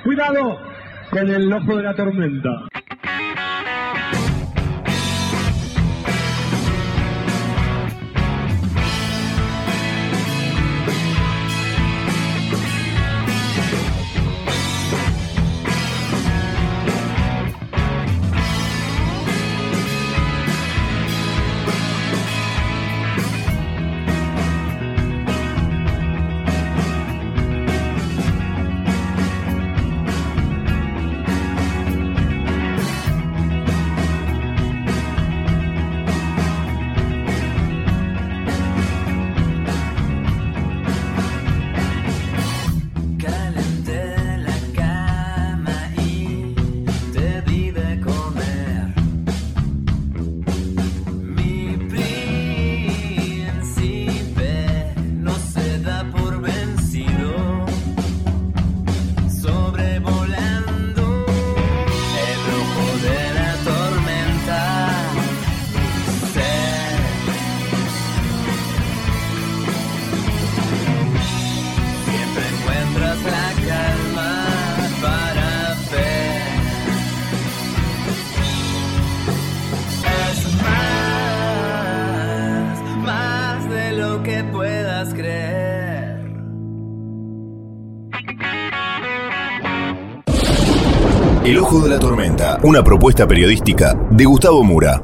Cuidado con el ojo de la tormenta. El Ojo de la Tormenta, una propuesta periodística de Gustavo Mura.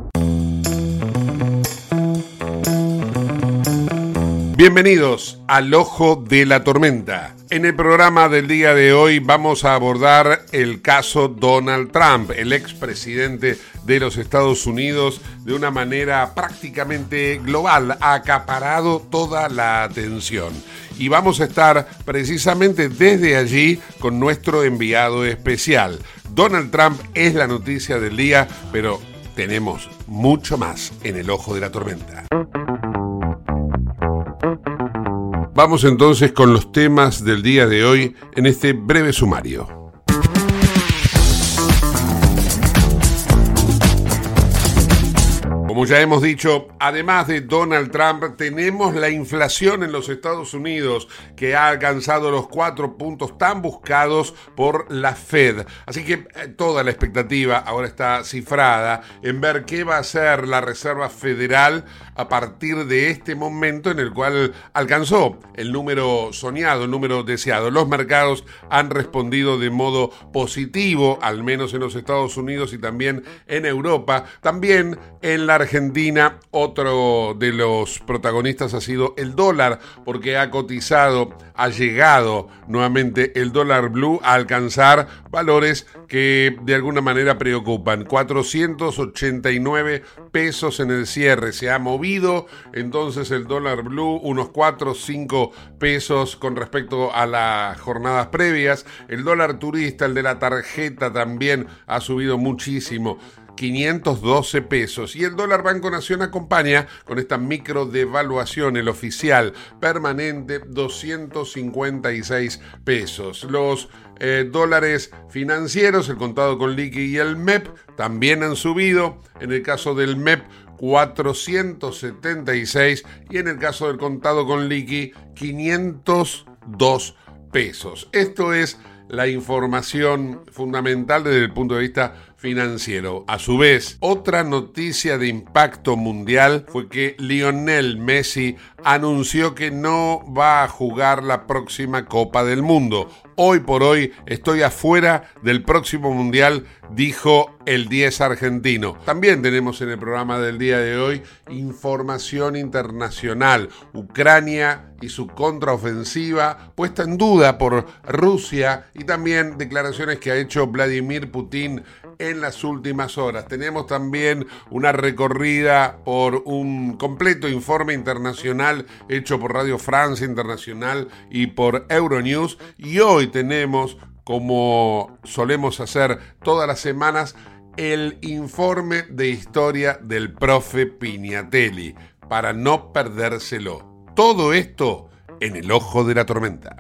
Bienvenidos al Ojo de la Tormenta. En el programa del día de hoy vamos a abordar el caso Donald Trump, el expresidente de los Estados Unidos, de una manera prácticamente global, ha acaparado toda la atención. Y vamos a estar precisamente desde allí con nuestro enviado especial. Donald Trump es la noticia del día, pero tenemos mucho más en el Ojo de la Tormenta. Vamos entonces con los temas del día de hoy en este breve sumario. Como ya hemos dicho, además de Donald Trump, tenemos la inflación en los Estados Unidos que ha alcanzado los 4 puntos tan buscados por la Fed. Así que toda la expectativa ahora está cifrada en ver qué va a hacer la Reserva Federal a partir de este momento en el cual alcanzó el número soñado, el número deseado. Los mercados han respondido de modo positivo, al menos en los Estados Unidos y también en Europa. También en la Argentina, otro de los protagonistas ha sido el dólar, porque ha cotizado, ha llegado nuevamente el dólar blue a alcanzar valores que de alguna manera preocupan. 489 pesos en el cierre. Se ha movido entonces el dólar blue unos 4 o 5 pesos con respecto a las jornadas previas. El dólar turista, el de la tarjeta, también ha subido muchísimo. 512 pesos. Y el dólar Banco Nación acompaña con esta micro devaluación, el oficial permanente, 256 pesos. Los dólares financieros, el contado con liqui y el MEP, también han subido. En el caso del MEP, 476, y en el caso del contado con liqui, 502 pesos. Esto es la información fundamental desde el punto de vista financiero. A su vez, otra noticia de impacto mundial fue que Lionel Messi anunció que no va a jugar la próxima Copa del Mundo. Hoy por hoy estoy afuera del próximo Mundial, dijo el 10 argentino. También tenemos en el programa del día de hoy información internacional. Ucrania y su contraofensiva puesta en duda por Rusia, y también declaraciones que ha hecho Vladimir Putin en las últimas horas. Tenemos también una recorrida por un completo informe internacional hecho por Radio Francia Internacional y por Euronews, y hoy tenemos, como solemos hacer todas las semanas, el informe de historia del profe Pignatelli, para no perdérselo. Todo esto en el Ojo de la Tormenta.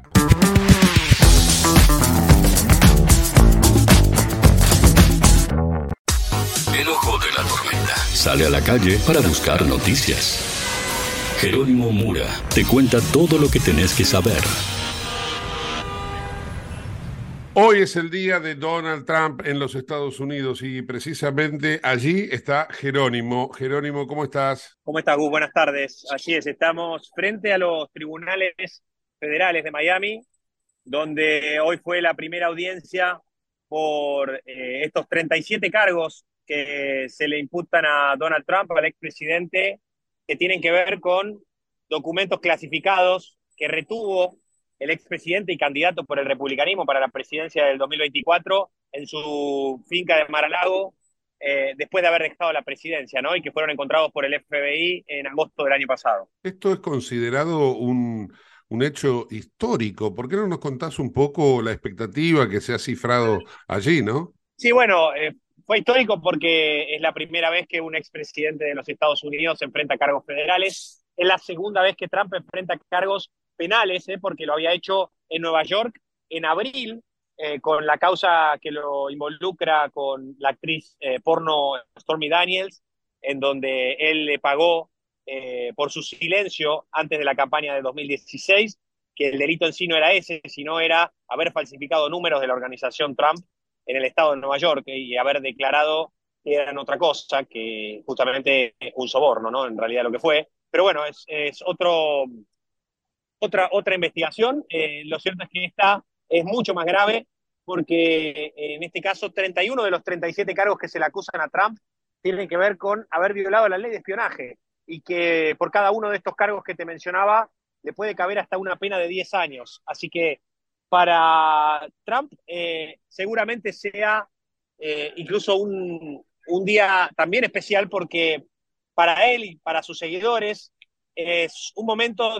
El Ojo de la Tormenta sale a la calle para buscar noticias. Jerónimo Mura te cuenta todo lo que tenés que saber. Hoy es el día de Donald Trump en los Estados Unidos y precisamente allí está Jerónimo. Jerónimo, ¿cómo estás? ¿Cómo estás, Gus? Buenas tardes. Así es, estamos frente a los tribunales federales de Miami, donde hoy fue la primera audiencia por estos 37 cargos que se le imputan a Donald Trump, al expresidente, que tienen que ver con documentos clasificados que retuvo el expresidente y candidato por el republicanismo para la presidencia del 2024 en su finca de Mar-a-Lago, después de haber dejado la presidencia, ¿no? Y que fueron encontrados por el FBI en agosto del año pasado. Esto es considerado un hecho histórico. ¿Por qué no nos contás un poco la expectativa que se ha cifrado allí, no? Sí, bueno, fue histórico porque es la primera vez que un expresidente de los Estados Unidos se enfrenta a cargos federales. Es la segunda vez que Trump enfrenta cargos penales, porque lo había hecho en Nueva York en abril, con la causa que lo involucra con la actriz porno Stormy Daniels, en donde él le pagó por su silencio antes de la campaña de 2016, que el delito en sí no era ese, sino era haber falsificado números de la organización Trump en el estado de Nueva York y haber declarado que eran otra cosa, que justamente un soborno, ¿no? En realidad lo que fue. Pero bueno, es otra investigación. Lo cierto es que esta es mucho más grave porque en este caso 31 de los 37 cargos que se le acusan a Trump tienen que ver con haber violado la ley de espionaje y que por cada uno de estos cargos que te mencionaba le puede caber hasta una pena de 10 años. Así que para Trump seguramente sea incluso un día también especial porque para él y para sus seguidores es un momento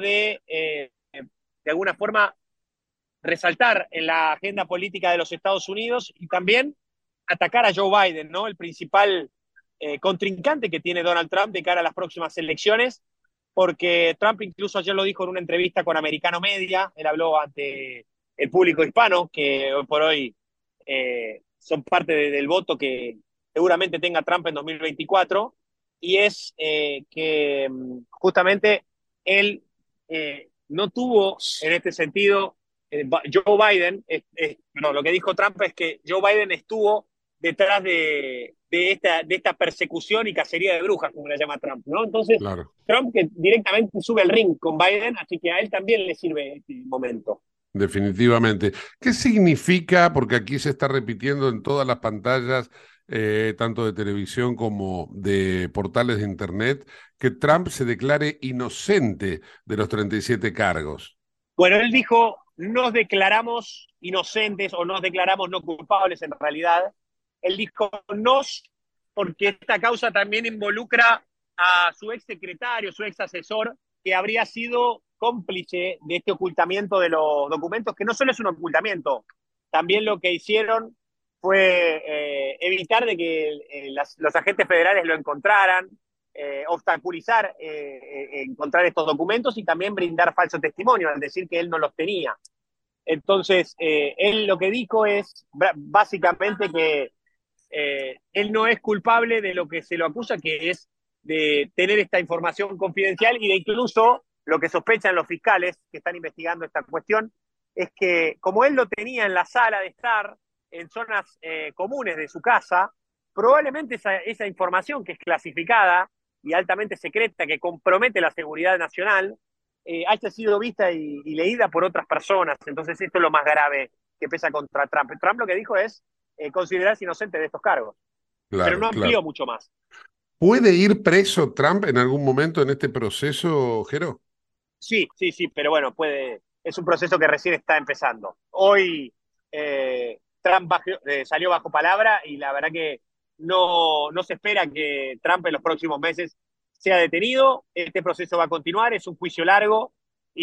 de alguna forma, resaltar en la agenda política de los Estados Unidos y también atacar a Joe Biden, ¿no? El principal contrincante que tiene Donald Trump de cara a las próximas elecciones, porque Trump incluso ayer lo dijo en una entrevista con Americano Media, él habló ante el público hispano, que hoy por hoy son parte del voto que seguramente tenga Trump en 2024, y es que justamente él no tuvo en este sentido, Joe Biden, no, lo que dijo Trump es que Joe Biden estuvo detrás de esta persecución y cacería de brujas, como la llama Trump, ¿no? Entonces, Claro. Trump que directamente sube al ring con Biden, así que a él también le sirve este momento. Definitivamente. ¿Qué significa? Porque aquí se está repitiendo en todas las pantallas, tanto de televisión como de portales de Internet, que Trump se declare inocente de los 37 cargos. Bueno, él dijo, nos declaramos inocentes o nos declaramos no culpables en realidad. Él dijo nos porque esta causa también involucra a su ex secretario, su ex asesor, que habría sido cómplice de este ocultamiento de los documentos, que no solo es un ocultamiento, también lo que hicieron fue evitar de que los agentes federales lo encontraran, obstaculizar encontrar estos documentos y también brindar falso testimonio al decir que él no los tenía. Entonces, él lo que dijo es básicamente que él no es culpable de lo que se lo acusa, que es de tener esta información confidencial y de incluso lo que sospechan los fiscales que están investigando esta cuestión, es que como él lo tenía en la sala de estar, en zonas comunes de su casa, probablemente esa información que es clasificada y altamente secreta, que compromete la seguridad nacional, haya sido vista y leída por otras personas. Entonces esto es lo más grave que pesa contra Trump. Trump lo que dijo es considerarse inocente de estos cargos, pero Claro, no amplió claro. mucho más. ¿Puede ir preso Trump en algún momento en este proceso, Jero? Sí, sí, sí, pero bueno, es un proceso que recién está empezando. Hoy Trump salió bajo palabra y la verdad que no se espera que Trump en los próximos meses sea detenido. Este proceso va a continuar, es un juicio largo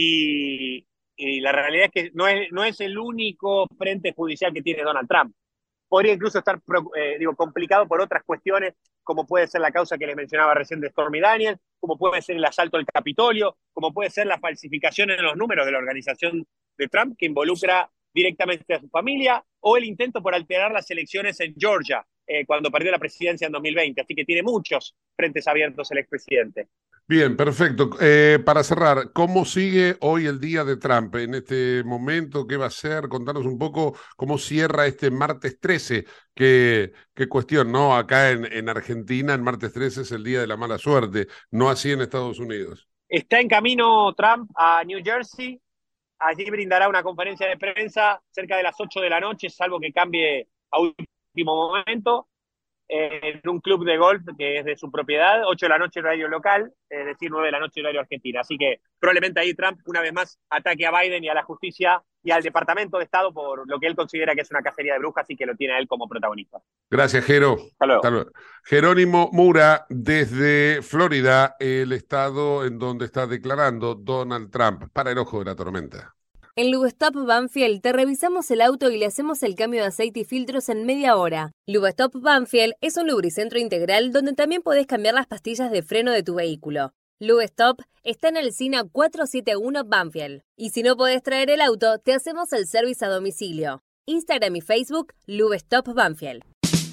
y la realidad es que no es el único frente judicial que tiene Donald Trump. Podría incluso estar complicado por otras cuestiones, como puede ser la causa que les mencionaba recién de Stormy Daniels, como puede ser el asalto al Capitolio, como puede ser la falsificación en los números de la organización de Trump, que involucra directamente a su familia, o el intento por alterar las elecciones en Georgia, cuando perdió la presidencia en 2020. Así que tiene muchos frentes abiertos el expresidente. Bien, perfecto. Para cerrar, ¿cómo sigue hoy el día de Trump en este momento? ¿Qué va a hacer? Contanos un poco cómo cierra este martes 13. Qué cuestión, ¿no? Acá en Argentina el martes 13 es el día de la mala suerte, no así en Estados Unidos. Está en camino Trump a New Jersey. Allí brindará una conferencia de prensa cerca de las 8 de la noche, salvo que cambie a último momento, en un club de golf que es de su propiedad, 8 de la noche horario local, es decir, 9 de la noche horario argentina. Así que probablemente ahí Trump, una vez más, ataque a Biden y a la justicia y al Departamento de Estado por lo que él considera que es una cacería de brujas y que lo tiene a él como protagonista. Gracias, Jero. Hasta luego. Hasta luego. Jerónimo Mura, desde Florida, el estado en donde está declarando Donald Trump para el ojo de la tormenta. En Lubestop Banfield te revisamos el auto y le hacemos el cambio de aceite y filtros en media hora. Lubestop Banfield es un lubricentro integral donde también podés cambiar las pastillas de freno de tu vehículo. Lubestop está en el SINA 471 Banfield. Y si no podés traer el auto, te hacemos el servicio a domicilio. Instagram y Facebook, Lubestop Banfield.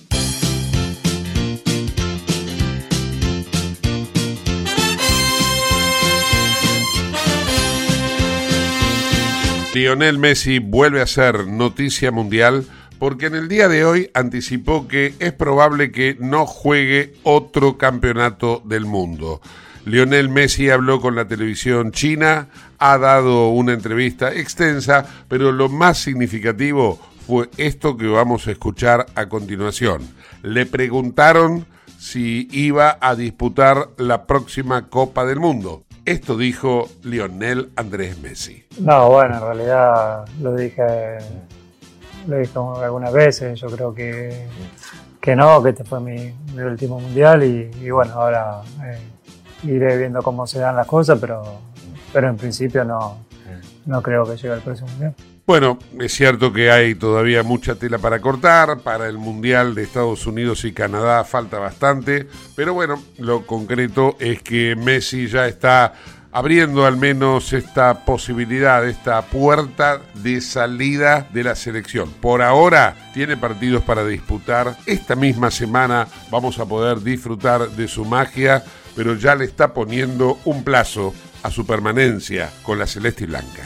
Lionel Messi vuelve a ser noticia mundial porque en el día de hoy anticipó que es probable que no juegue otro campeonato del mundo. Lionel Messi habló con la televisión china, ha dado una entrevista extensa, pero lo más significativo fue esto que vamos a escuchar a continuación. Le preguntaron si iba a disputar la próxima Copa del Mundo. Esto dijo Lionel Andrés Messi. No, bueno, en realidad lo dije algunas veces. Yo creo que no, que este fue mi último mundial y bueno, ahora iré viendo cómo se dan las cosas, pero en principio no creo que llegue al próximo mundial. Bueno, es cierto que hay todavía mucha tela para cortar, para el Mundial de Estados Unidos y Canadá falta bastante, pero bueno, lo concreto es que Messi ya está abriendo al menos esta posibilidad, esta puerta de salida de la selección. Por ahora tiene partidos para disputar, esta misma semana vamos a poder disfrutar de su magia, pero ya le está poniendo un plazo a su permanencia con la celeste y blanca.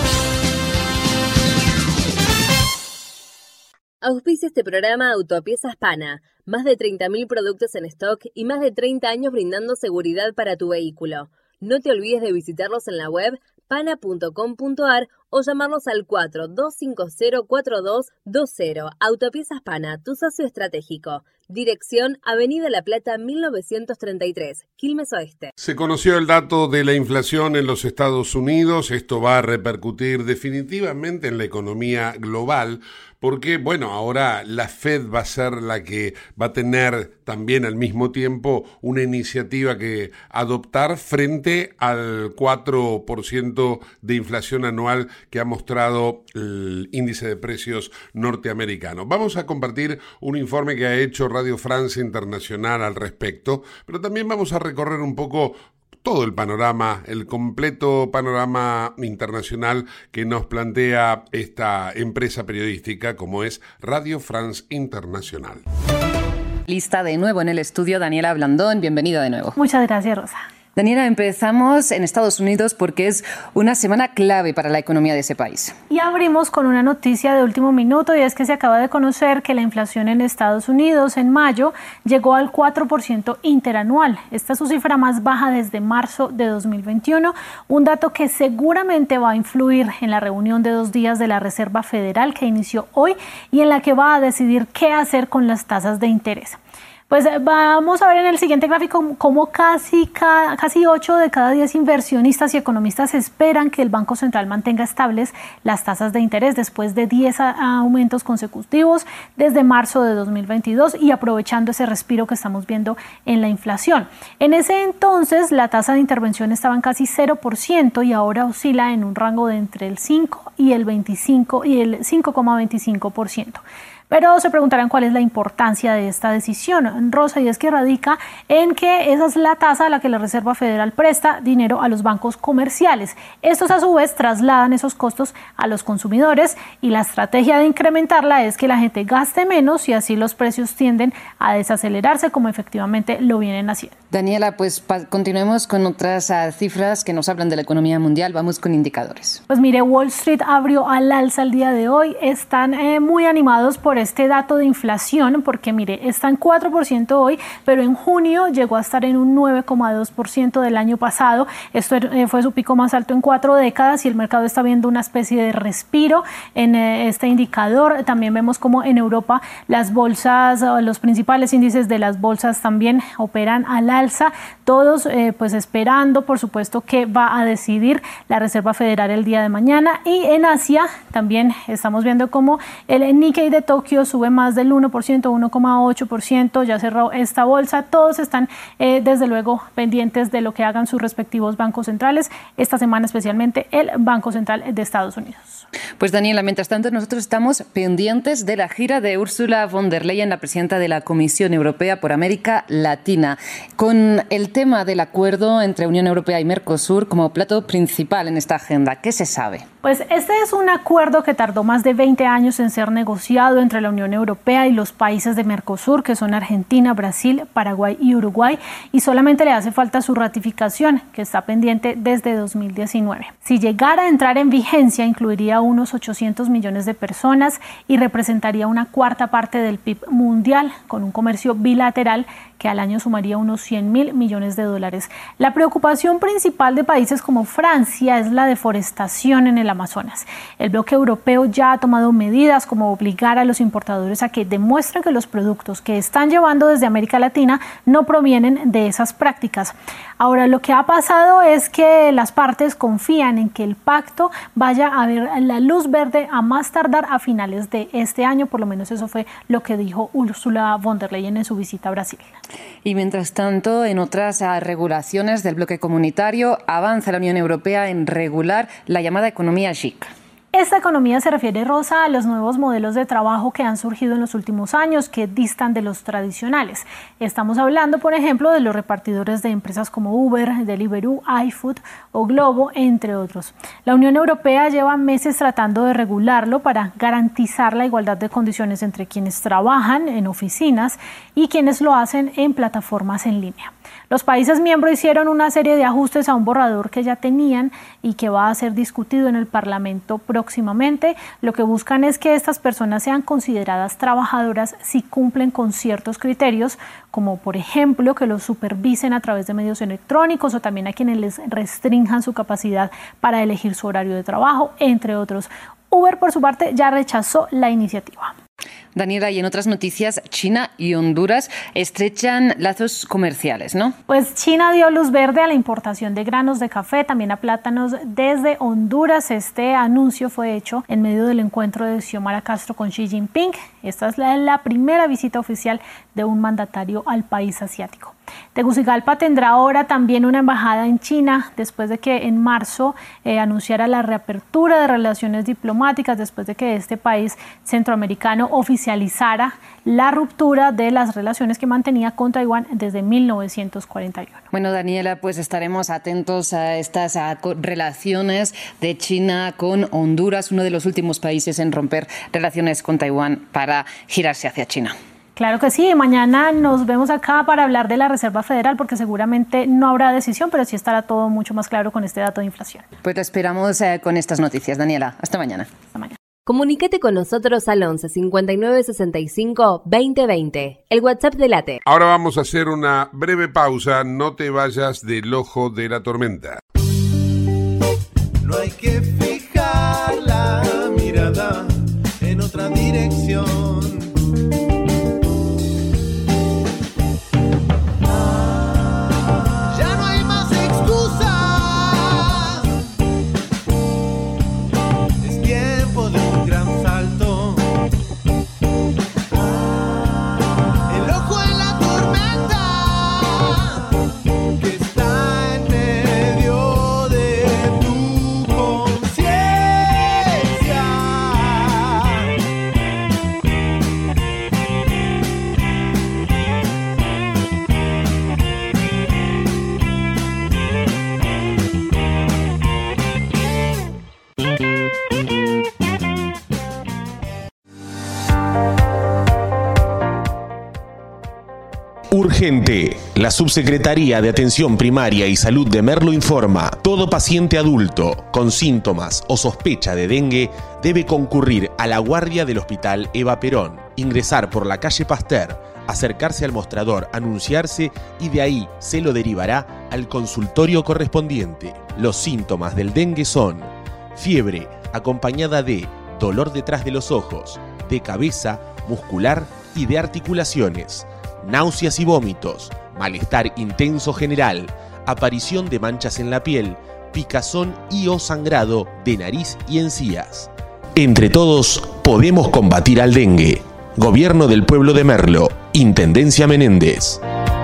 Auspicia este programa Autopiezas Pana. Más de 30.000 productos en stock y más de 30 años brindando seguridad para tu vehículo. No te olvides de visitarlos en la web pana.com.ar o llamarlos al 42504220. Autopiezas Pana, tu socio estratégico. Dirección Avenida La Plata 1933, Quilmes Oeste. Se conoció el dato de la inflación en los Estados Unidos. Esto va a repercutir definitivamente en la economía global porque, bueno, ahora la Fed va a ser la que va a tener también al mismo tiempo una iniciativa que adoptar frente al 4% de inflación anual que ha mostrado el índice de precios norteamericano. Vamos a compartir un informe que ha hecho Radio France Internacional al respecto, pero también vamos a recorrer un poco todo el panorama, el completo panorama internacional que nos plantea esta empresa periodística como es Radio France Internacional. Lista de nuevo en el estudio Daniela Blandón, bienvenida de nuevo. Muchas gracias, Rosa. Daniela, empezamos en Estados Unidos porque es una semana clave para la economía de ese país. Y abrimos con una noticia de último minuto y es que se acaba de conocer que la inflación en Estados Unidos en mayo llegó al 4% interanual. Esta es su cifra más baja desde marzo de 2021, un dato que seguramente va a influir en la reunión de 2 días de la Reserva Federal que inició hoy y en la que va a decidir qué hacer con las tasas de interés. Pues vamos a ver en el siguiente gráfico cómo casi 8 de cada 10 inversionistas y economistas esperan que el Banco Central mantenga estables las tasas de interés después de 10 aumentos consecutivos desde marzo de 2022 y aprovechando ese respiro que estamos viendo en la inflación. En ese entonces la tasa de intervención estaba en casi 0% y ahora oscila en un rango de entre el 5 y el 25 y el 5,25%. Pero se preguntarán cuál es la importancia de esta decisión, Rosa, y es que radica en que esa es la tasa a la que la Reserva Federal presta dinero a los bancos comerciales. Estos a su vez trasladan esos costos a los consumidores y la estrategia de incrementarla es que la gente gaste menos y así los precios tienden a desacelerarse como efectivamente lo vienen haciendo. Daniela, pues continuemos con otras cifras que nos hablan de la economía mundial. Vamos con indicadores. Pues mire, Wall Street abrió al alza el día de hoy. Están muy animados por este dato de inflación porque mire, está en 4% hoy, pero en junio llegó a estar en un 9,2% del año pasado. Esto fue su pico más alto en 4 décadas y el mercado está viendo una especie de respiro en este indicador. También vemos como en Europa las bolsas, los principales índices de las bolsas también operan al alza, todos pues esperando por supuesto que va a decidir la Reserva Federal el día de mañana. Y en Asia también estamos viendo como el Nikkei de Tokio sube más del 1%, 1,8%, ya cerró esta bolsa. Todos están desde luego pendientes de lo que hagan sus respectivos bancos centrales, esta semana especialmente el Banco Central de Estados Unidos. Pues Daniela, mientras tanto nosotros estamos pendientes de la gira de Ursula von der Leyen, la presidenta de la Comisión Europea por América Latina, con el tema del acuerdo entre Unión Europea y Mercosur como plato principal en esta agenda. ¿Qué se sabe? Pues este es un acuerdo que tardó más de 20 años en ser negociado entre la Unión Europea y los países de Mercosur, que son Argentina, Brasil, Paraguay y Uruguay, y solamente le hace falta su ratificación, que está pendiente desde 2019. Si llegara a entrar en vigencia, incluiría unos 800 millones de personas y representaría una cuarta parte del PIB mundial, con un comercio bilateral que al año sumaría unos 100.000 millones de dólares. La preocupación principal de países como Francia es la deforestación en el Amazonas. El bloque europeo ya ha tomado medidas como obligar a los importadores a que demuestren que los productos que están llevando desde América Latina no provienen de esas prácticas. Ahora, lo que ha pasado es que las partes confían en que el pacto vaya a ver la luz verde a más tardar a finales de este año, por lo menos eso fue lo que dijo Ursula von der Leyen en su visita a Brasil. Y mientras tanto, en otras regulaciones del bloque comunitario, avanza la Unión Europea en regular la llamada economía GIC. Esta economía se refiere, Rosa, a los nuevos modelos de trabajo que han surgido en los últimos años que distan de los tradicionales. Estamos hablando, por ejemplo, de los repartidores de empresas como Uber, Deliveroo, iFood o Globo, entre otros. La Unión Europea lleva meses tratando de regularlo para garantizar la igualdad de condiciones entre quienes trabajan en oficinas y quienes lo hacen en plataformas en línea. Los países miembros hicieron una serie de ajustes a un borrador que ya tenían y que va a ser discutido en el Parlamento próximamente. Lo que buscan es que estas personas sean consideradas trabajadoras si cumplen con ciertos criterios, como por ejemplo que los supervisen a través de medios electrónicos o también a quienes les restrinjan su capacidad para elegir su horario de trabajo, entre otros. Uber, por su parte, ya rechazó la iniciativa. Daniela, y en otras noticias, China y Honduras estrechan lazos comerciales, ¿no? Pues China dio luz verde a la importación de granos de café, también a plátanos desde Honduras. Este anuncio fue hecho en medio del encuentro de Xiomara Castro con Xi Jinping. Esta es la primera visita oficial de un mandatario al país asiático. Tegucigalpa tendrá ahora también una embajada en China después de que en marzo anunciara la reapertura de relaciones diplomáticas después de que este país centroamericano oficializara la ruptura de las relaciones que mantenía con Taiwán desde 1941. Bueno, Daniela, pues estaremos atentos a estas relaciones de China con Honduras, uno de los últimos países en romper relaciones con Taiwán para girarse hacia China. Claro que sí, mañana nos vemos acá para hablar de la Reserva Federal porque seguramente no habrá decisión, pero sí estará todo mucho más claro con este dato de inflación. Pues te esperamos con estas noticias, Daniela. Hasta mañana. Hasta mañana. Comunícate con nosotros al 11 59 65 20 20, el WhatsApp de Late. Ahora vamos a hacer una breve pausa, no te vayas del ojo de la tormenta. No hay que fijar la mirada en otra dirección. Urgente. La Subsecretaría de Atención Primaria y Salud de Merlo informa: todo paciente adulto con síntomas o sospecha de dengue debe concurrir a la guardia del Hospital Eva Perón, ingresar por la calle Pasteur, acercarse al mostrador, anunciarse y de ahí se lo derivará al consultorio correspondiente. Los síntomas del dengue son fiebre acompañada de dolor detrás de los ojos, de cabeza, muscular y de articulaciones, náuseas y vómitos, malestar intenso general, aparición de manchas en la piel, picazón y o sangrado de nariz y encías. Entre todos podemos combatir al dengue. Gobierno del Pueblo de Merlo, Intendencia Menéndez.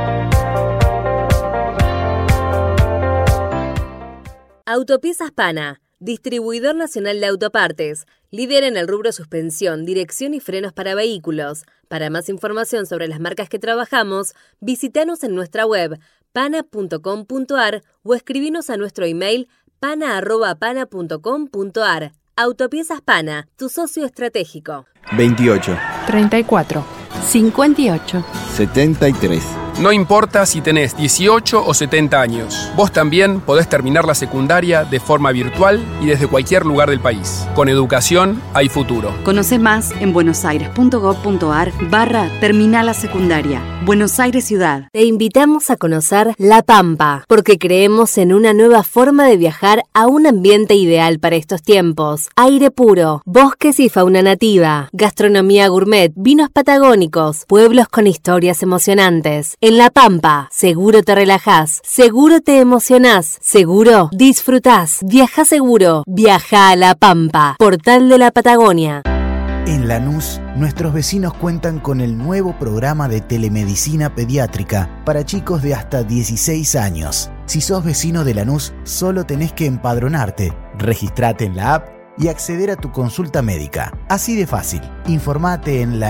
Autopiezas Pana, distribuidor nacional de autopartes, líder en el rubro suspensión, dirección y frenos para vehículos. Para más información sobre las marcas que trabajamos, visítanos en nuestra web pana.com.ar o escribinos a nuestro email pana@pana.com.ar. Autopiezas Pana, tu socio estratégico. 28, 34, 58, 73. No importa si tenés 18 o 70 años, vos también podés terminar la secundaria de forma virtual y desde cualquier lugar del país. Con educación hay futuro. Conoce más en buenosaires.gov.ar/terminal la secundaria. Buenos Aires Ciudad. Te invitamos a conocer La Pampa, porque creemos en una nueva forma de viajar a un ambiente ideal para estos tiempos. Aire puro, bosques y fauna nativa, gastronomía gourmet, vinos patagónicos, pueblos con historias emocionantes. En La Pampa, seguro te relajás, seguro te emocionás, seguro disfrutás. Viaja seguro, viaja a La Pampa, portal de la Patagonia. En Lanús, nuestros vecinos cuentan con el nuevo programa de telemedicina pediátrica para chicos de hasta 16 años. Si sos vecino de Lanús, solo tenés que empadronarte, registrate en la app y acceder a tu consulta médica. Así de fácil. Informate en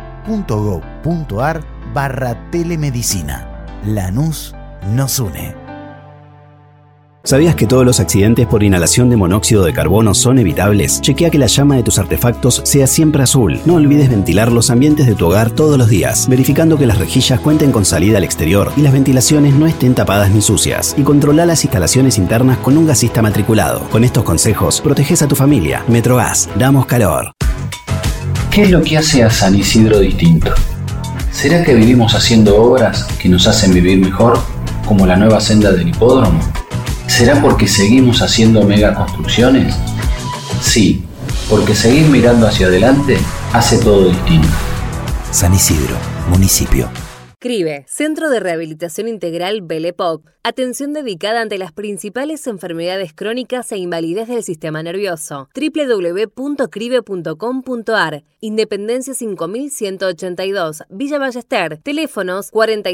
lanús.gov.ar/telemedicina. Lanús nos une. ¿Sabías que todos los accidentes por inhalación de monóxido de carbono son evitables? Chequea que la llama de tus artefactos sea siempre azul. No olvides ventilar los ambientes de tu hogar todos los días, verificando que las rejillas cuenten con salida al exterior y las ventilaciones no estén tapadas ni sucias. Y controla las instalaciones internas con un gasista matriculado. Con estos consejos, proteges a tu familia. Metrogas, damos calor. ¿Qué es lo que hace a San Isidro distinto? ¿Será que vivimos haciendo obras que nos hacen vivir mejor, como la nueva senda del hipódromo? ¿Será porque seguimos haciendo megaconstrucciones? Sí, porque seguir mirando hacia adelante hace todo distinto. San Isidro, municipio. CRIBE, Centro de Rehabilitación Integral Belle-Époque. Atención dedicada ante las principales enfermedades crónicas e invalidez del sistema nervioso. www.cribe.com.ar. Independencia 5182, Villa Ballester. Teléfonos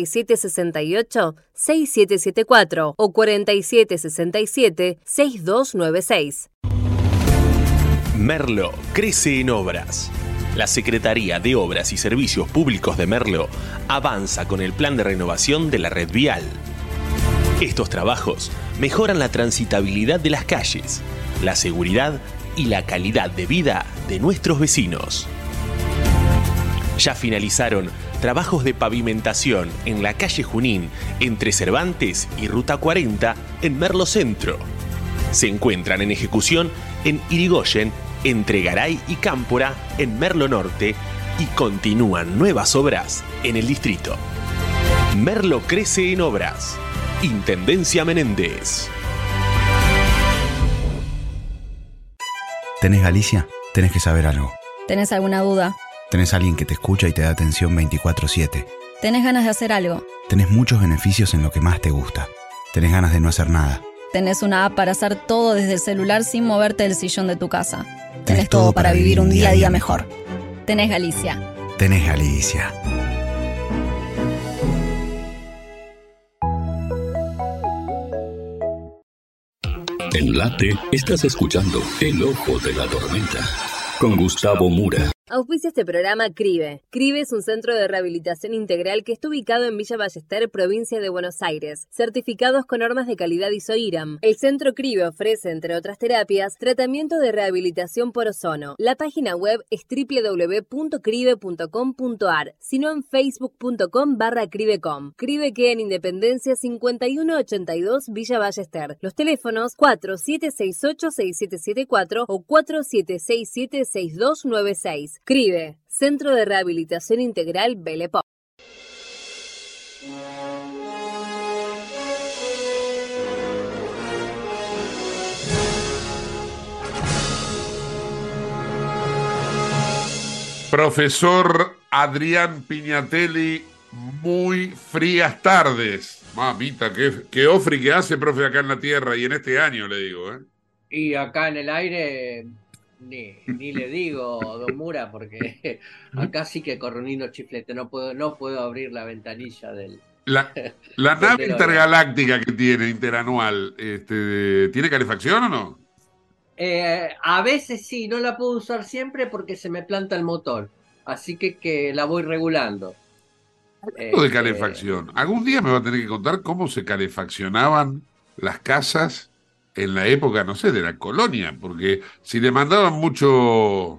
4768-6774 o 4767-6296. Merlo crece en obras. La Secretaría de Obras y Servicios Públicos de Merlo avanza con el plan de renovación de la red vial. Estos trabajos mejoran la transitabilidad de las calles, la seguridad y la calidad de vida de nuestros vecinos. Ya finalizaron trabajos de pavimentación en la calle Junín entre Cervantes y Ruta 40 en Merlo Centro. Se encuentran en ejecución en Irigoyen, entre Garay y Cámpora en Merlo Norte, y continúan nuevas obras en el distrito. Merlo crece en obras. Intendencia Menéndez. ¿Tenés Galicia? Tenés que saber algo. ¿Tenés alguna duda? ¿Tenés alguien que te escucha y te da atención 24/7? ¿Tenés ganas de hacer algo? ¿Tenés muchos beneficios en lo que más te gusta? ¿Tenés ganas de no hacer nada? ¿Tenés una app para hacer todo desde el celular sin moverte del sillón de tu casa? Tenés todo para vivir un día a día mejor. Tenés Galicia. Tenés Galicia. En Late estás escuchando El Ojo de la Tormenta con Gustavo Mura. Auspicia este programa CRIBE. CRIBE es un centro de rehabilitación integral que está ubicado en Villa Ballester, provincia de Buenos Aires, certificados con normas de calidad ISO-IRAM. El centro CRIBE ofrece, entre otras terapias, tratamiento de rehabilitación por ozono. La página web es www.cribe.com.ar, sino en facebook.com/cribecom. CRIBE queda en Independencia 5182 Villa Ballester. Los teléfonos 4768-6774 o 4767-6296. CRIBE, Centro de Rehabilitación Integral Belle Époque. Profesor Adrián Piñatelli, muy frías tardes. Mamita, qué ofri que hace, profe, acá en la tierra y en este año, le digo, ¿eh? Y acá en el aire ni le digo, don Mura, porque acá sí que corronino chiflete, no puedo abrir la ventanilla del... La del nave DeLorean. intergaláctica que tiene, interanual, ¿tiene calefacción o no? A veces sí, no la puedo usar siempre porque se me planta el motor, así que la voy regulando. Hablando de calefacción, algún día me va a tener que contar cómo se calefaccionaban las casas en la época, no sé, de la colonia, porque si le mandaban mucho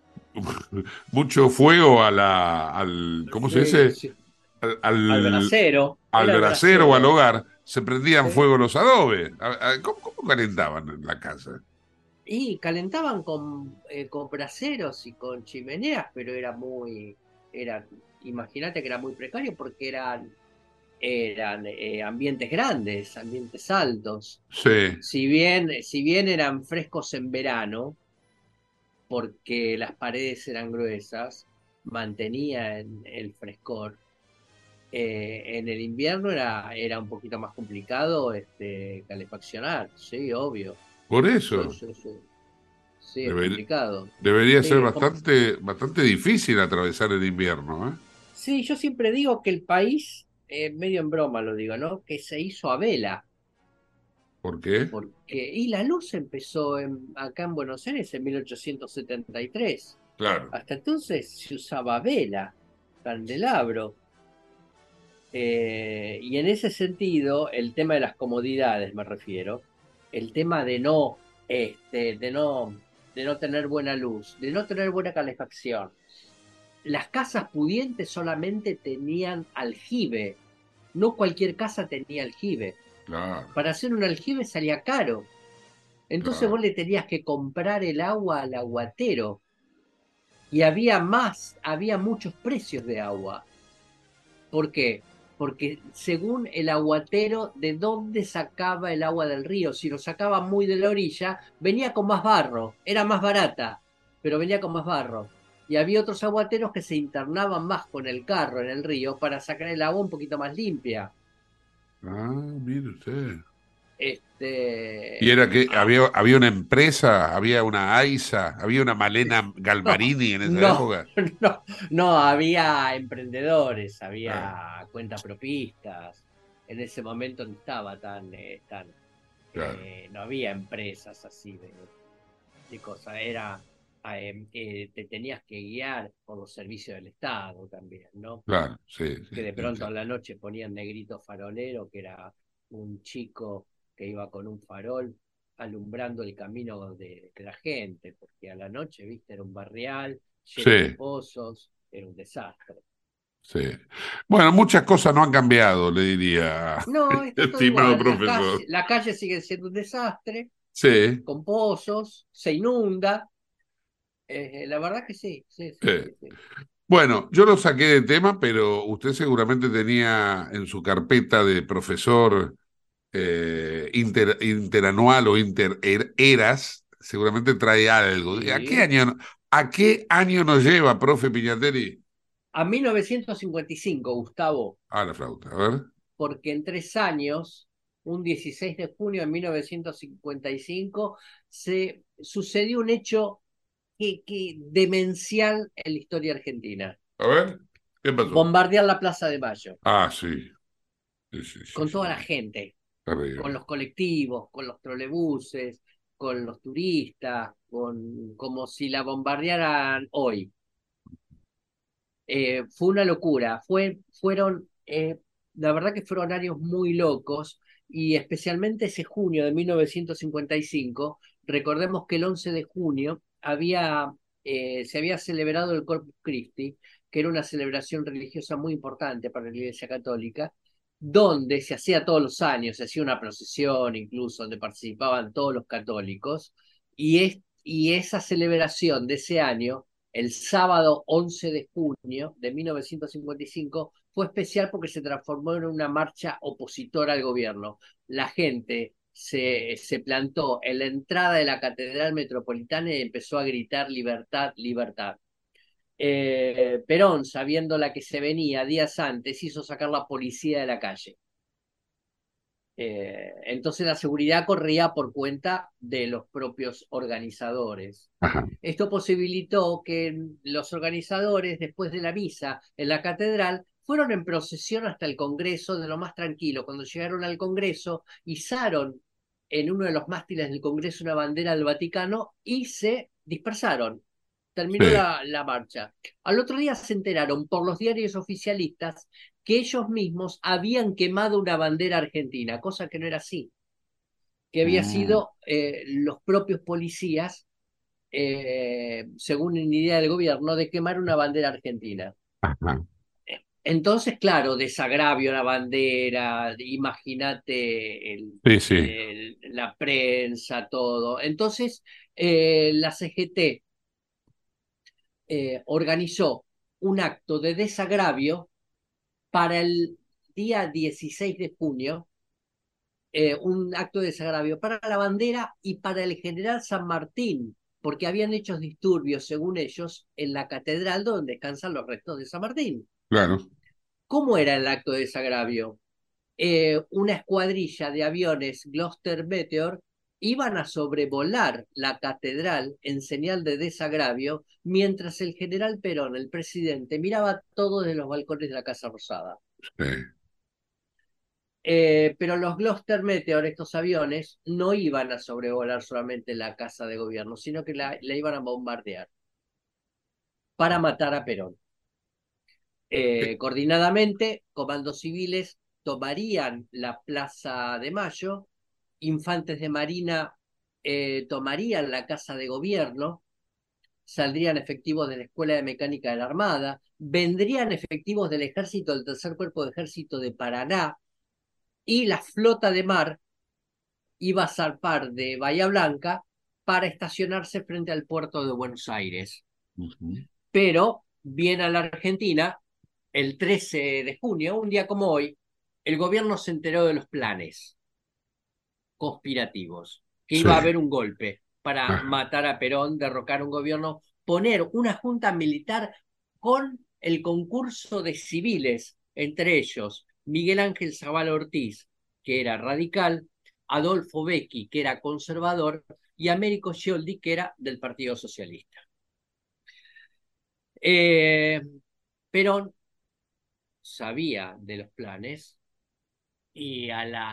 fuego al ¿cómo se dice? Sí. Al brasero. Al Era el brasero o al brasero. hogar, se prendían Sí. fuego los adobes. ¿Cómo calentaban en la casa? Y calentaban con braseros y con chimeneas, pero imagínate que era muy precario porque eran ambientes grandes, ambientes altos. Sí. Si bien eran frescos en verano, porque las paredes eran gruesas, mantenían el frescor. En el invierno era un poquito más complicado calefaccionar, sí, obvio. Por eso. Sí, es complicado. Debería Sí, ser es como- bastante difícil atravesar el invierno, ¿eh? Sí, yo siempre digo que el país, medio en broma lo digo, ¿no? Que se hizo a vela. ¿Por qué? Y la luz empezó acá en Buenos Aires en 1873. Claro. Hasta entonces se usaba vela, candelabro. Y en ese sentido, el tema de las comodidades, me refiero, el tema de no tener buena luz, de no tener buena calefacción. Las casas pudientes solamente tenían aljibe, no cualquier casa tenía aljibe. Claro. Para hacer un aljibe salía caro. Entonces Claro. vos le tenías que comprar el agua al aguatero. Y había muchos precios de agua. ¿Por qué? Porque según el aguatero, de dónde sacaba el agua del río, si lo sacaba muy de la orilla, venía con más barro, era más barata, pero venía con más barro. Y había otros aguateros que se internaban más con el carro en el río para sacar el agua un poquito más limpia. Ah, mire usted. Eh, ¿Y era que había una empresa, había una AISA, había una Malena Galmarini en esa época? No, había emprendedores, había cuentapropistas. En ese momento no estaba Claro. no había empresas así de cosas. Te tenías que guiar por los servicios del Estado también, ¿no? Claro, sí. Que de pronto a la noche ponían negrito farolero, que era un chico que iba con un farol alumbrando el camino de la gente, porque a la noche, viste, era un barrial lleno de Sí. pozos, era un desastre. Sí. Bueno, muchas cosas no han cambiado, le diría, No, está todo estimado igual. profesor. La calle sigue siendo un desastre, Sí. con pozos, se inunda. La verdad que sí. Bueno, yo lo saqué de tema, pero usted seguramente tenía en su carpeta de profesor interanual o eras, seguramente trae algo. Sí. ¿A qué año nos lleva, profe Piñatelli? A 1955, Gustavo, Ah, la flauta, a ver. porque en 3 años, un 16 de junio de 1955, se sucedió un hecho demencial en la historia argentina. A ver, ¿qué pasó? Bombardear la Plaza de Mayo, Ah, sí. Sí, con toda la gente, terrible. con los colectivos, con los trolebuses, con los turistas, como si la bombardearan hoy. Fue una locura, la verdad que fueron años muy locos, y especialmente ese junio de 1955, recordemos que el 11 de junio se había celebrado el Corpus Christi, que era una celebración religiosa muy importante para la Iglesia Católica, donde se hacía todos los años, se hacía una procesión incluso, donde participaban todos los católicos, y esa celebración de ese año, el sábado 11 de junio de 1955, fue especial porque se transformó en una marcha opositora al gobierno. La gente se plantó en la entrada de la Catedral Metropolitana y empezó a gritar libertad, libertad. Perón, sabiendo la que se venía días antes, hizo sacar la policía de la calle. Entonces la seguridad corría por cuenta de los propios organizadores. Ajá. Esto posibilitó que los organizadores, después de la misa en la catedral, fueron en procesión hasta el Congreso de lo más tranquilo. Cuando llegaron al Congreso, izaron en uno de los mástiles del Congreso una bandera del Vaticano y se dispersaron. Terminó Sí. la marcha. Al otro día se enteraron por los diarios oficialistas que ellos mismos habían quemado una bandera argentina, cosa que no era así, que había sido los propios policías, según una idea del gobierno, de quemar una bandera argentina. Ajá. Entonces, claro, desagravio la bandera, imagínate Sí, sí. la prensa, todo. Entonces, la CGT organizó un acto de desagravio para el día 16 de junio, un acto de desagravio para la bandera y para el general San Martín, porque habían hecho disturbios, según ellos, en la catedral donde descansan los restos de San Martín. Claro. ¿Cómo era el acto de desagravio? Una escuadrilla de aviones Gloster Meteor iban a sobrevolar la catedral en señal de desagravio, mientras el general Perón, el presidente, miraba todo desde los balcones de la Casa Rosada. Sí. Pero los Gloster Meteor, estos aviones, no iban a sobrevolar solamente la Casa de Gobierno, sino que la iban a bombardear para matar a Perón. Coordinadamente, comandos civiles tomarían la Plaza de Mayo, infantes de Marina tomarían la Casa de Gobierno, saldrían efectivos de la Escuela de Mecánica de la Armada, vendrían efectivos del Ejército, del Tercer Cuerpo de Ejército de Paraná, y la flota de mar iba a zarpar de Bahía Blanca para estacionarse frente al puerto de Buenos Aires. Pero viene a la Argentina el 13 de junio, un día como hoy, el gobierno se enteró de los planes conspirativos, que iba a haber un golpe para matar a Perón, derrocar un gobierno, poner una junta militar con el concurso de civiles, entre ellos Miguel Ángel Zabal Ortiz, que era radical, Adolfo Becchi, que era conservador, y Américo Scioldi, que era del Partido Socialista. Perón sabía de los planes y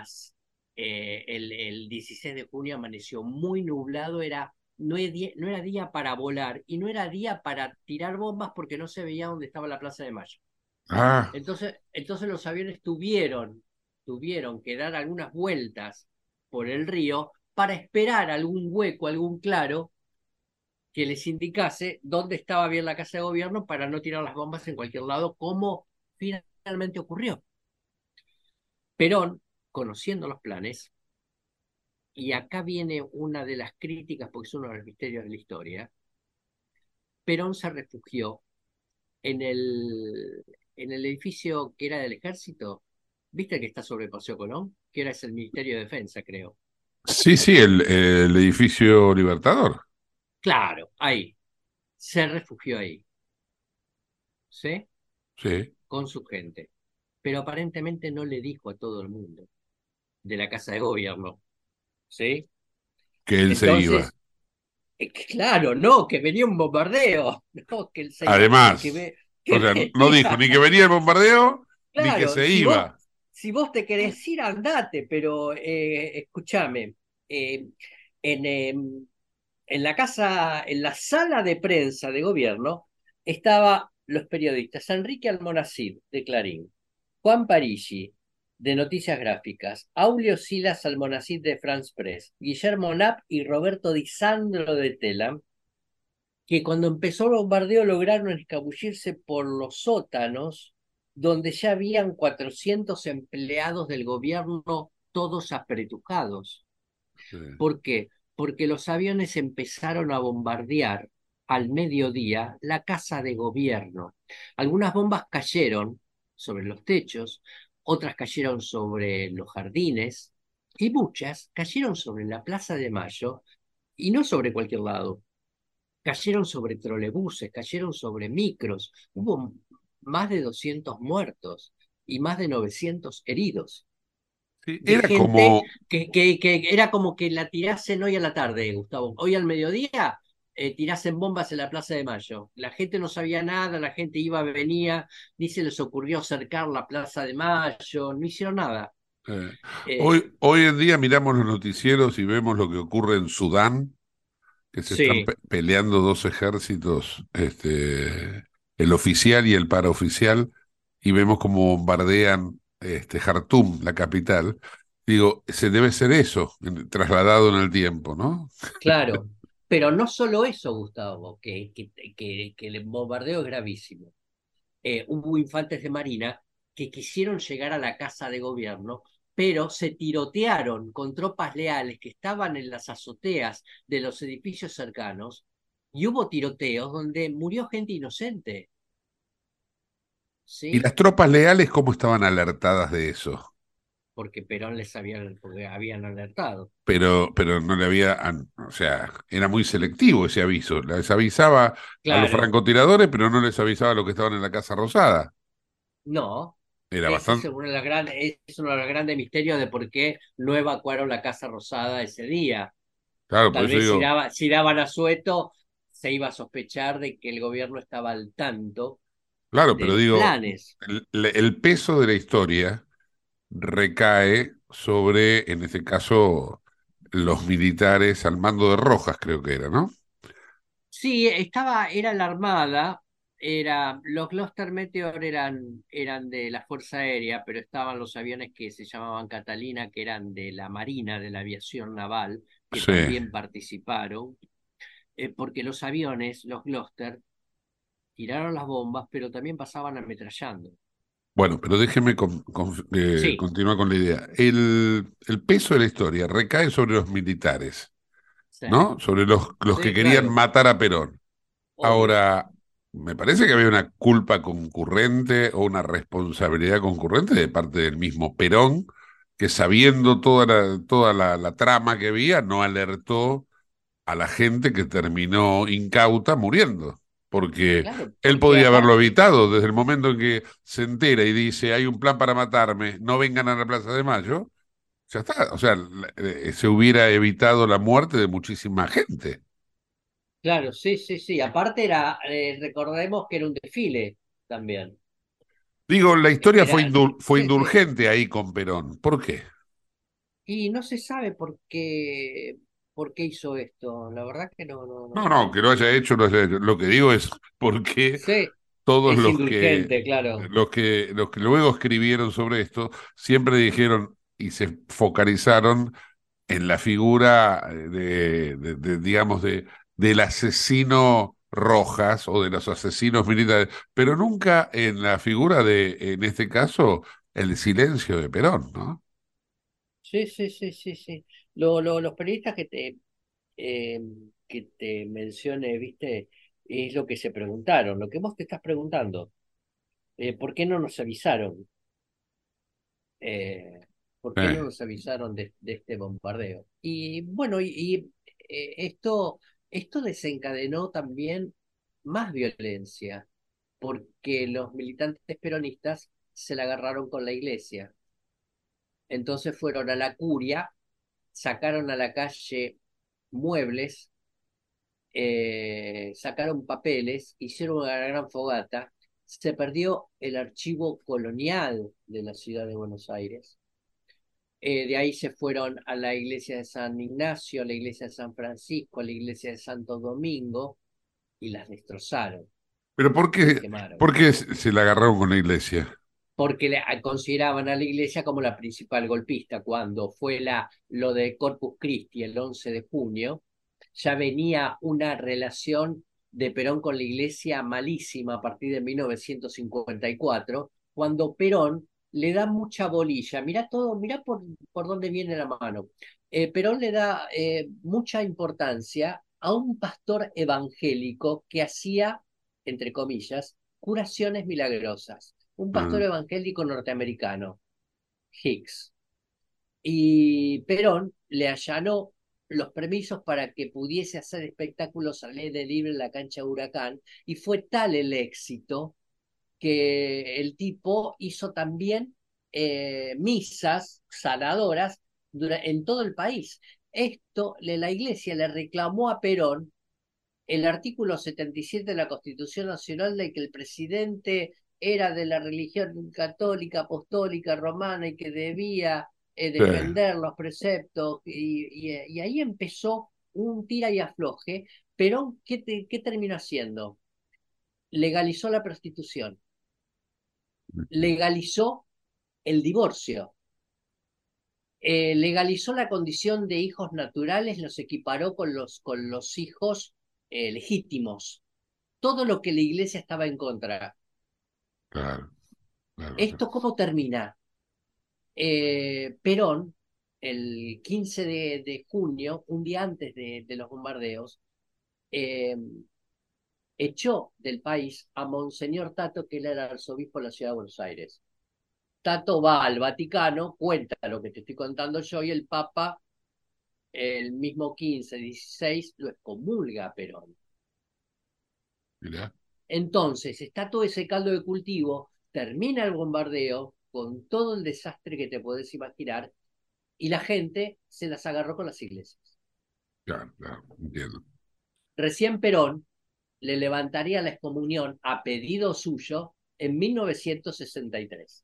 el 16 de junio amaneció muy nublado, no era día para volar y no era día para tirar bombas porque no se veía dónde estaba la Plaza de Mayo. Entonces los aviones tuvieron que dar algunas vueltas por el río para esperar algún hueco, algún claro que les indicase dónde estaba bien la Casa de Gobierno para no tirar las bombas en cualquier lado, como finalmente ocurrió. Perón, conociendo los planes, y acá viene una de las críticas, porque es uno de los misterios de la historia, Perón se refugió en el edificio que era del Ejército. ¿Viste que está sobre Paseo Colón? Que era el Ministerio de Defensa, creo. Sí, sí, el edificio Libertador. Claro, ahí. Se refugió ahí. ¿Sí? Sí. Con su gente. Pero aparentemente no le dijo a todo el mundo de la Casa de Gobierno. ¿Sí? Que él se iba. Claro, no, que venía un bombardeo. No, que él se Además, iba, o sea, no dijo ni que venía el bombardeo, claro, ni que se iba. Si vos te querés ir, andate, pero escúchame, en la sala de prensa de gobierno estaba los periodistas Enrique Almonacid, de Clarín, Juan Parigi, de Noticias Gráficas, Aulio Silas Almonacid, de France Press, Guillermo Knapp y Roberto Di Sandro, de Telam, que cuando empezó el bombardeo lograron escabullirse por los sótanos, donde ya habían 400 empleados del gobierno, todos apretujados. Sí. ¿Por qué? Porque los aviones empezaron a bombardear al mediodía la casa de gobierno. Algunas bombas cayeron sobre los techos, otras cayeron sobre los jardines y muchas cayeron sobre la Plaza de Mayo, y no sobre cualquier lado. Cayeron sobre trolebuses, cayeron sobre micros. Hubo más de 200 muertos y más de 900 heridos. Sí, De era gente como, que era como que la tirasen hoy a la tarde, Gustavo. Hoy al mediodía tirasen bombas en la Plaza de Mayo. La gente no sabía nada, la gente iba, venía, ni se les ocurrió cercar la Plaza de Mayo, no hicieron nada. Eh, hoy en día miramos los noticieros y vemos lo que ocurre en Sudán, que se están sí, peleando dos ejércitos, el oficial y el paraoficial, y vemos cómo bombardean Jartum, la capital. Digo, se debe ser eso, trasladado en el tiempo, ¿no? claro. Pero no solo eso, Gustavo, que el bombardeo es gravísimo. Hubo infantes de marina que quisieron llegar a la casa de gobierno, pero se tirotearon con tropas leales que estaban en las azoteas de los edificios cercanos, y hubo tiroteos donde murió gente inocente. ¿Y ¿Sí? las tropas leales cómo estaban alertadas de eso? Porque Perón porque habían alertado. Pero no le había, o sea, era muy selectivo ese aviso. Les avisaba a los Claro, francotiradores, pero no les avisaba a los que estaban en la Casa Rosada. no. Era Ese es bastante, es uno de los grandes misterios de por qué no evacuaron la Casa Rosada ese día. claro, por Tal eso vez digo, si daban asueto, se iba a sospechar de que el gobierno estaba al tanto claro, de pero los digo, planes. el peso de la historia recae sobre, en este caso, los militares al mando de Rojas, creo que era, ¿no? Sí, era la Armada, los Gloster Meteor eran de la Fuerza Aérea, pero estaban los aviones que se llamaban Catalina, que eran de la Marina, de la Aviación Naval, que Sí. también participaron, porque los aviones, los Gloster, tiraron las bombas, pero también pasaban ametrallando. Bueno, pero déjeme Sí, continuar con la idea. El peso de la historia recae sobre los militares, sí, ¿no? Sobre los que sí, querían claro, matar a Perón. obvio. Ahora, me parece que había una culpa concurrente o una responsabilidad concurrente de parte del mismo Perón, que sabiendo toda la trama que había, no alertó a la gente que terminó incauta muriendo. Porque Claro, él porque podría haberlo aparte, evitado desde el momento en que se entera y dice, hay un plan para matarme, no vengan a la Plaza de Mayo, ya está. O sea, se hubiera evitado la muerte de muchísima gente. claro, sí, sí, sí. Aparte recordemos que era un desfile también. Digo, la historia Era, fue sí, sí. indulgente ahí con Perón. ¿Por qué? Y no se sabe por qué hizo esto. La verdad que no, no, No, no. no, que lo haya hecho, lo haya hecho. Lo que digo es porque Sí, todos es indulgente, claro. los que luego escribieron sobre esto siempre dijeron y se focalizaron en la figura digamos, del asesino Rojas o de los asesinos militares, pero nunca en la figura en este caso, el silencio de Perón, ¿no? Sí, sí, sí, sí, sí. Los periodistas eh, que te mencioné, viste, es lo que se preguntaron, lo que vos te estás preguntando. ¿Por qué no nos avisaron? Eh, ¿Por qué no Eh, nos avisaron de este bombardeo? Y bueno, esto desencadenó también más violencia, porque los militantes peronistas se la agarraron con la iglesia. Entonces fueron a la curia, sacaron a la calle muebles, sacaron papeles, hicieron una gran fogata. Se perdió el archivo colonial de la ciudad de Buenos Aires. De ahí se fueron a la iglesia de San Ignacio, a la iglesia de San Francisco, a la iglesia de Santo Domingo, y las destrozaron. ¿Pero La quemaron. por qué se la agarraron con la iglesia? Porque consideraban a la iglesia como la principal golpista. Cuando fue lo de Corpus Christi el 11 de junio, ya venía una relación de Perón con la iglesia malísima a partir de 1954, cuando Perón le da mucha bolilla. Mirá todo, mirá por dónde viene la mano. Perón le da mucha importancia a un pastor evangélico que hacía, entre comillas, curaciones milagrosas. Un pastor evangélico norteamericano, Hicks. Y Perón le allanó los permisos para que pudiese hacer espectáculos al aire libre en la cancha de Huracán, y fue tal el éxito que el tipo hizo también misas sanadoras en todo el país. La iglesia le reclamó a Perón el artículo 77 de la Constitución Nacional, de que el presidente era de la religión católica, apostólica, romana, y que debía defender los preceptos, y ahí empezó un tira y afloje. Perón, ¿qué terminó haciendo? Legalizó la prostitución, legalizó el divorcio, legalizó la condición de hijos naturales, los equiparó con los hijos legítimos. Todo lo que la iglesia estaba en contra. Claro. ¿Esto cómo termina? Perón, el 15 de junio, un día antes de los bombardeos, echó del país a Monseñor Tato, que él era arzobispo de la ciudad de Buenos Aires. Tato va al Vaticano, cuenta lo que te estoy contando yo, y el Papa, el mismo 15-16, lo excomulga a Perón. Mirá. Entonces, está todo ese caldo de cultivo, termina el bombardeo con todo el desastre que te podés imaginar, y la gente se las agarró con las iglesias. Claro, entiendo. Recién Perón le levantaría la excomunión a pedido suyo en 1963.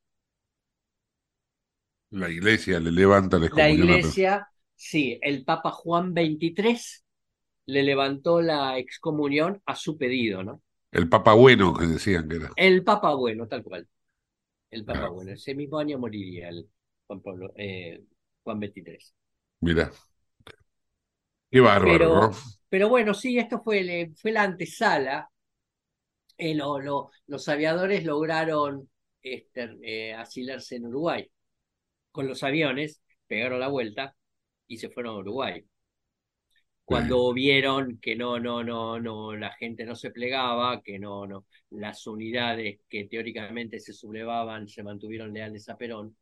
La iglesia le levanta la La excomunión. iglesia, sí, el Papa Juan XXIII le levantó la excomunión a su pedido, ¿no? El Papa bueno, que decían que era. El Papa bueno, tal cual. El Papa bueno. Ese mismo año moriría el Juan XXIII. Mira. Qué bárbaro, ¿no? Pero bueno, sí, esto fue la antesala. Los aviadores lograron asilarse en Uruguay. Con los aviones, pegaron la vuelta y se fueron a Uruguay. Cuando vieron que no, la gente no se plegaba, que no, las unidades que teóricamente se sublevaban se mantuvieron leales a Perón.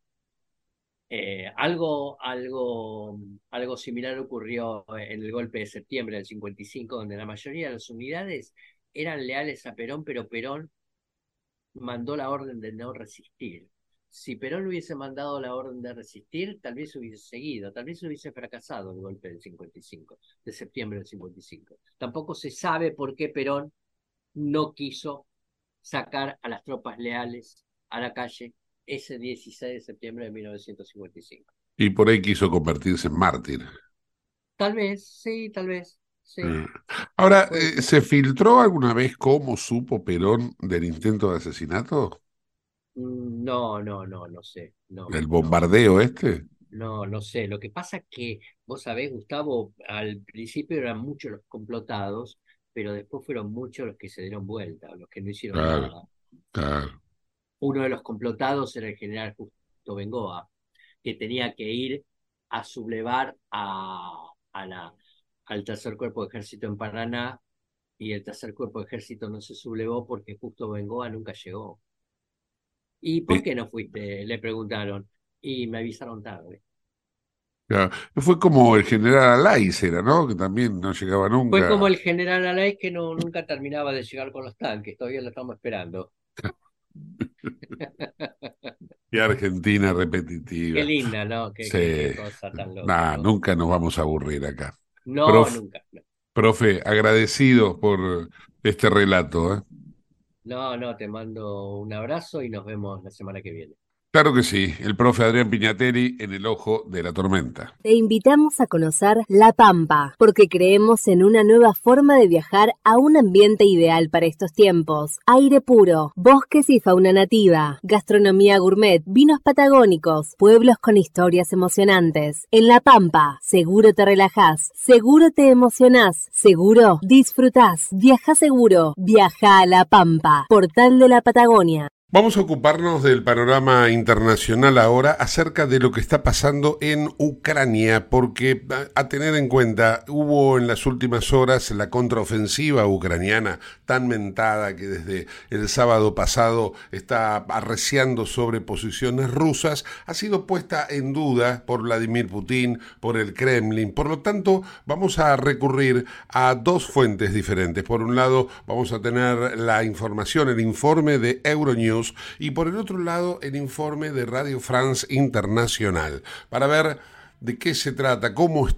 Algo similar ocurrió en el golpe de septiembre del 55, donde la mayoría de las unidades eran leales a Perón, pero Perón mandó la orden de no resistir. Si Perón hubiese mandado la orden de resistir, tal vez hubiese seguido, tal vez hubiese fracasado el golpe del 55, de septiembre del 55. Tampoco se sabe por qué Perón no quiso sacar a las tropas leales a la calle ese 16 de septiembre de 1955. Y por ahí quiso convertirse en mártir. Tal vez, sí, tal vez. Sí. Ahora, ¿se filtró alguna vez cómo supo Perón del intento de asesinato? No sé. ¿El bombardeo este? No sé. Lo que pasa es que, vos sabés, Gustavo, al principio eran muchos los complotados, pero después fueron muchos los que se dieron vuelta, los que no hicieron nada. Claro. Uno de los complotados era el general Justo Bengoa, que tenía que ir a sublevar al tercer cuerpo de ejército en Paraná, y el tercer cuerpo de ejército no se sublevó porque Justo Bengoa nunca llegó. ¿Y por qué no fuiste? Le preguntaron. Y me avisaron tarde. Claro. Fue como el general Alaiz, ¿no? Que también no llegaba nunca. Fue como el general Alaiz, que nunca terminaba de llegar con los tanques. Todavía lo estamos esperando. Qué Argentina repetitiva. Qué linda, ¿no? Qué cosa tan loca. ¿No? Nunca nos vamos a aburrir acá. No, nunca. No. Profe, agradecido por este relato. No, te mando un abrazo y nos vemos la semana que viene. Claro que sí, el profe Adrián Piñatelli en el ojo de la tormenta. Te invitamos a conocer La Pampa, porque creemos en una nueva forma de viajar a un ambiente ideal para estos tiempos. Aire puro, bosques y fauna nativa, gastronomía gourmet, vinos patagónicos, pueblos con historias emocionantes. En La Pampa, seguro te relajás, seguro te emocionás, seguro disfrutás. Viaja seguro, viaja a La Pampa, portal de la Patagonia. Vamos a ocuparnos del panorama internacional ahora acerca de lo que está pasando en Ucrania, porque a tener en cuenta, hubo en las últimas horas la contraofensiva ucraniana tan mentada que desde el sábado pasado está arreciando sobre posiciones rusas, ha sido puesta en duda por Vladimir Putin, por el Kremlin. Por lo tanto, vamos a recurrir a dos fuentes diferentes. Por un lado, vamos a tener la información, el informe de Euronews, y por el otro lado el informe de Radio France Internacional, para ver de qué se trata, cómo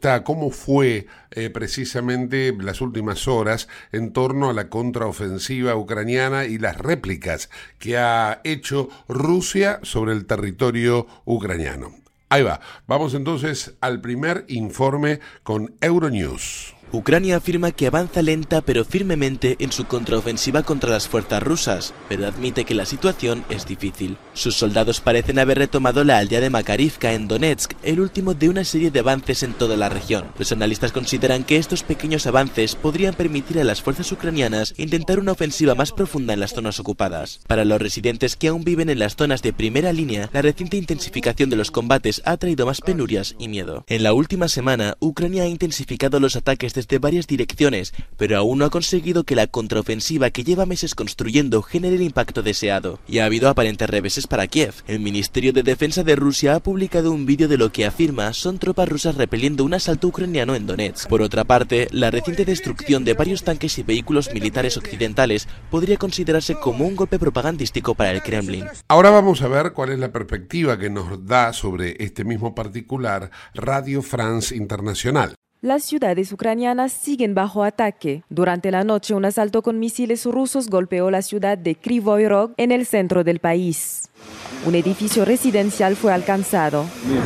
fue precisamente las últimas horas en torno a la contraofensiva ucraniana y las réplicas que ha hecho Rusia sobre el territorio ucraniano. Ahí va, vamos entonces al primer informe con Euronews. Ucrania afirma que avanza lenta pero firmemente en su contraofensiva contra las fuerzas rusas, pero admite que la situación es difícil. Sus soldados parecen haber retomado la aldea de Makarivka en Donetsk, el último de una serie de avances en toda la región. Los analistas consideran que estos pequeños avances podrían permitir a las fuerzas ucranianas intentar una ofensiva más profunda en las zonas ocupadas. Para los residentes que aún viven en las zonas de primera línea, la reciente intensificación de los combates ha traído más penurias y miedo. En la última semana, Ucrania ha intensificado los ataques desde varias direcciones, pero aún no ha conseguido que la contraofensiva que lleva meses construyendo genere el impacto deseado, y ha habido aparentes reveses para Kiev. El Ministerio de Defensa de Rusia ha publicado un vídeo de lo que afirma son tropas rusas repeliendo un asalto ucraniano en Donetsk. Por otra parte, la reciente destrucción de varios tanques y vehículos militares occidentales podría considerarse como un golpe propagandístico para el Kremlin. Ahora vamos a ver cuál es la perspectiva que nos da sobre este mismo particular Radio France Internacional. Las ciudades ucranianas siguen bajo ataque. Durante la noche, un asalto con misiles rusos golpeó la ciudad de Kryvyi Rog en el centro del país. Un edificio residencial fue alcanzado.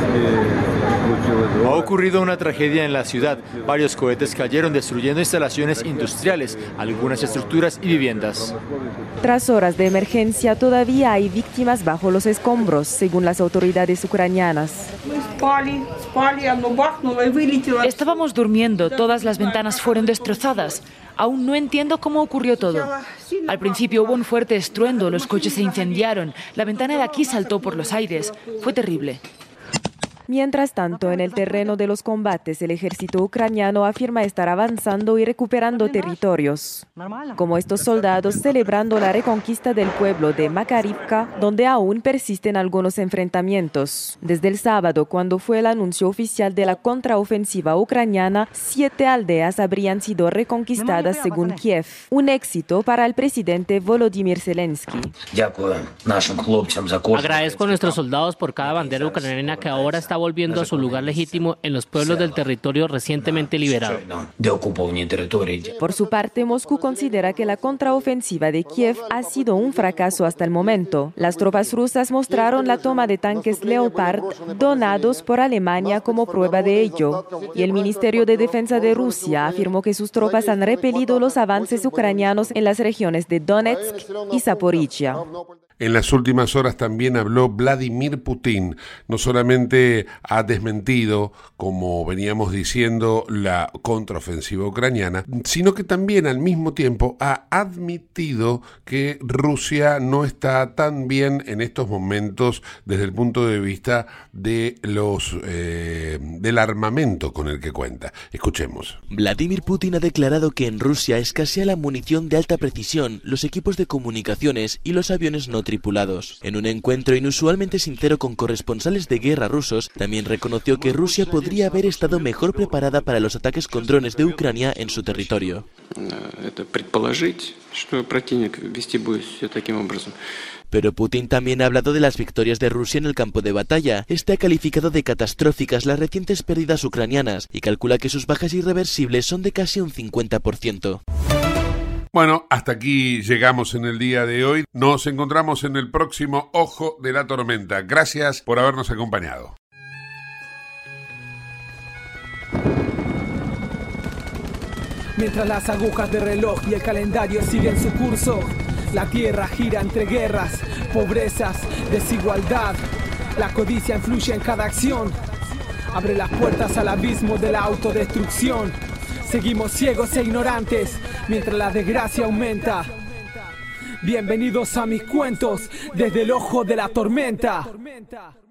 Ha ocurrido una tragedia en la ciudad. Varios cohetes cayeron destruyendo instalaciones industriales, algunas estructuras y viviendas. Tras horas de emergencia, todavía hay víctimas bajo los escombros, según las autoridades ucranianas. Estábamos durmiendo, todas las ventanas fueron destrozadas. Aún no entiendo cómo ocurrió todo. Al principio hubo un fuerte estruendo, los coches se incendiaron, la ventana de aquí saltó por los aires. Fue terrible. Mientras tanto, en el terreno de los combates, el ejército ucraniano afirma estar avanzando y recuperando territorios, como estos soldados celebrando la reconquista del pueblo de Makarivka, donde aún persisten algunos enfrentamientos. Desde el sábado, cuando fue el anuncio oficial de la contraofensiva ucraniana, 7 aldeas habrían sido reconquistadas según Kiev, un éxito para el presidente Volodymyr Zelensky. Agradezco a nuestros soldados por cada bandera ucraniana que ahora está volviendo a su lugar legítimo en los pueblos del territorio recientemente liberado. Por su parte, Moscú considera que la contraofensiva de Kiev ha sido un fracaso hasta el momento. Las tropas rusas mostraron la toma de tanques Leopard donados por Alemania como prueba de ello, y el Ministerio de Defensa de Rusia afirmó que sus tropas han repelido los avances ucranianos en las regiones de Donetsk y Zaporizhia. En las últimas horas también habló Vladimir Putin. No solamente ha desmentido, como veníamos diciendo, la contraofensiva ucraniana, sino que también al mismo tiempo ha admitido que Rusia no está tan bien en estos momentos desde el punto de vista de del armamento con el que cuenta. Escuchemos. Vladimir Putin ha declarado que en Rusia escasea la munición de alta precisión, los equipos de comunicaciones y los aviones no tripulados. En un encuentro inusualmente sincero con corresponsales de guerra rusos, también reconoció que Rusia podría haber estado mejor preparada para los ataques con drones de Ucrania en su territorio. Pero Putin también ha hablado de las victorias de Rusia en el campo de batalla. Este ha calificado de catastróficas las recientes pérdidas ucranianas y calcula que sus bajas irreversibles son de casi un 50%. Bueno, hasta aquí llegamos en el día de hoy. Nos encontramos en el próximo Ojo de la Tormenta. Gracias por habernos acompañado. Mientras las agujas del reloj y el calendario siguen su curso, la tierra gira entre guerras, pobrezas, desigualdad. La codicia influye en cada acción. Abre las puertas al abismo de la autodestrucción. Seguimos ciegos e ignorantes mientras la desgracia aumenta. Bienvenidos a mis cuentos desde el ojo de la tormenta.